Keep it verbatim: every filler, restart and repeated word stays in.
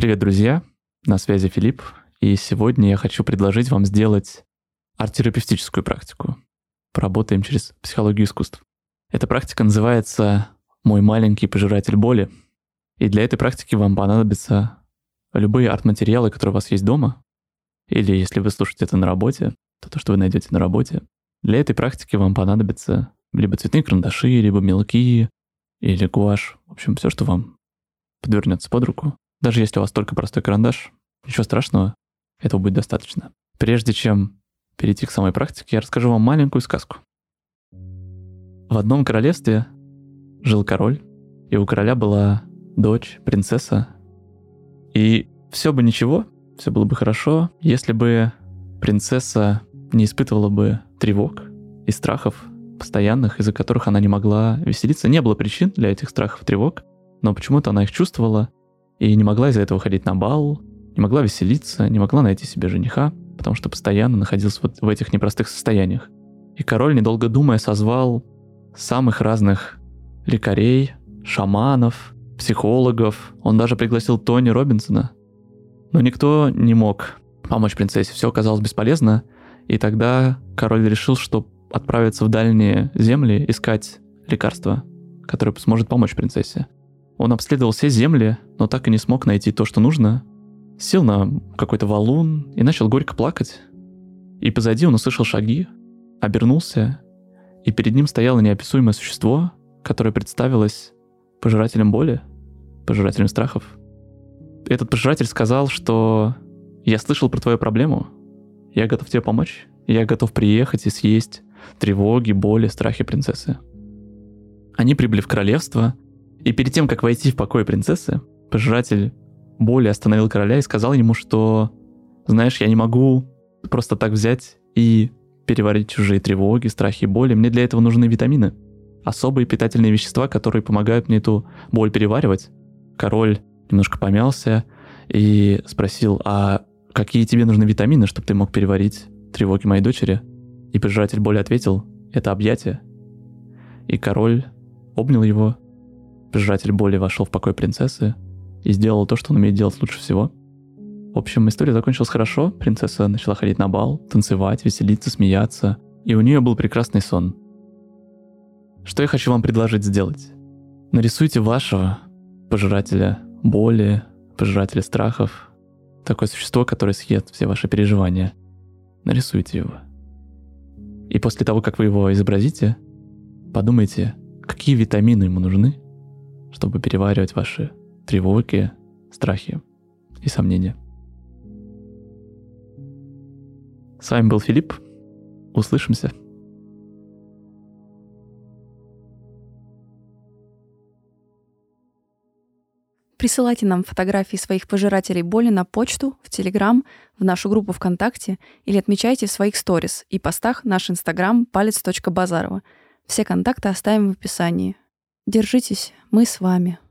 Привет, друзья! На связи Филипп, и сегодня я хочу предложить вам сделать арт-терапевтическую практику. Поработаем через психологию искусств. Эта практика называется «Мой маленький пожиратель боли», и для этой практики вам понадобятся любые арт-материалы, которые у вас есть дома, или если вы слушаете это на работе, то то, что вы найдете на работе. Для этой практики вам понадобятся либо цветные карандаши, либо мелки, или гуашь. В общем, все, что вам подвернется под руку. Даже если у вас только простой карандаш, ничего страшного, этого будет достаточно. Прежде чем перейти к самой практике, я расскажу вам маленькую сказку. В одном королевстве жил король, и у короля была дочь, принцесса. И все бы ничего, все было бы хорошо, если бы принцесса не испытывала бы тревог и страхов постоянных, из-за которых она не могла веселиться. Не было причин для этих страхов и тревог, но почему-то она их чувствовала и не могла из-за этого ходить на бал, не могла веселиться, не могла найти себе жениха, потому что постоянно находился вот в этих непростых состояниях. И король, недолго думая, созвал самых разных лекарей, шаманов, психологов. Он даже пригласил Тони Робинсона. Но никто не мог помочь принцессе. Все оказалось бесполезно. И тогда король решил, что отправится в дальние земли искать лекарства, которое сможет помочь принцессе. Он обследовал все земли, но так и не смог найти то, что нужно. Сел на какой-то валун и начал горько плакать. И позади он услышал шаги, обернулся, и перед ним стояло неописуемое существо, которое представилось пожирателем боли, пожирателем страхов. Этот пожиратель сказал, что «Я слышал про твою проблему, я готов тебе помочь, я готов приехать и съесть тревоги, боли, страхи принцессы». Они прибыли в королевство, и перед тем, как войти в покой принцессы, пожиратель боли остановил короля и сказал ему, что «Знаешь, я не могу просто так взять и переварить чужие тревоги, страхи и боли. Мне для этого нужны витамины, особые питательные вещества, которые помогают мне эту боль переваривать». Король немножко помялся и спросил: «А какие тебе нужны витамины, чтобы ты мог переварить тревоги моей дочери?» И пожиратель боли ответил: «Это объятия». И король обнял его. Пожиратель боли вошел в покой принцессы и сделал то, что он умеет делать лучше всего. В общем, история закончилась хорошо. Принцесса начала ходить на бал, танцевать, веселиться, смеяться. И у нее был прекрасный сон. Что я хочу вам предложить сделать? Нарисуйте вашего пожирателя боли, пожирателя страхов. Такое существо, которое съест все ваши переживания. Нарисуйте его. И после того, как вы его изобразите, подумайте, какие витамины ему нужны, чтобы переваривать ваши тревоги, страхи и сомнения. С вами был Филипп. Услышимся. Присылайте нам фотографии своих пожирателей боли на почту, в Телеграм, в нашу группу ВКонтакте или отмечайте в своих сторис и постах наш Инстаграм палец точка базарова. Все контакты оставим в описании. Держитесь, мы с вами.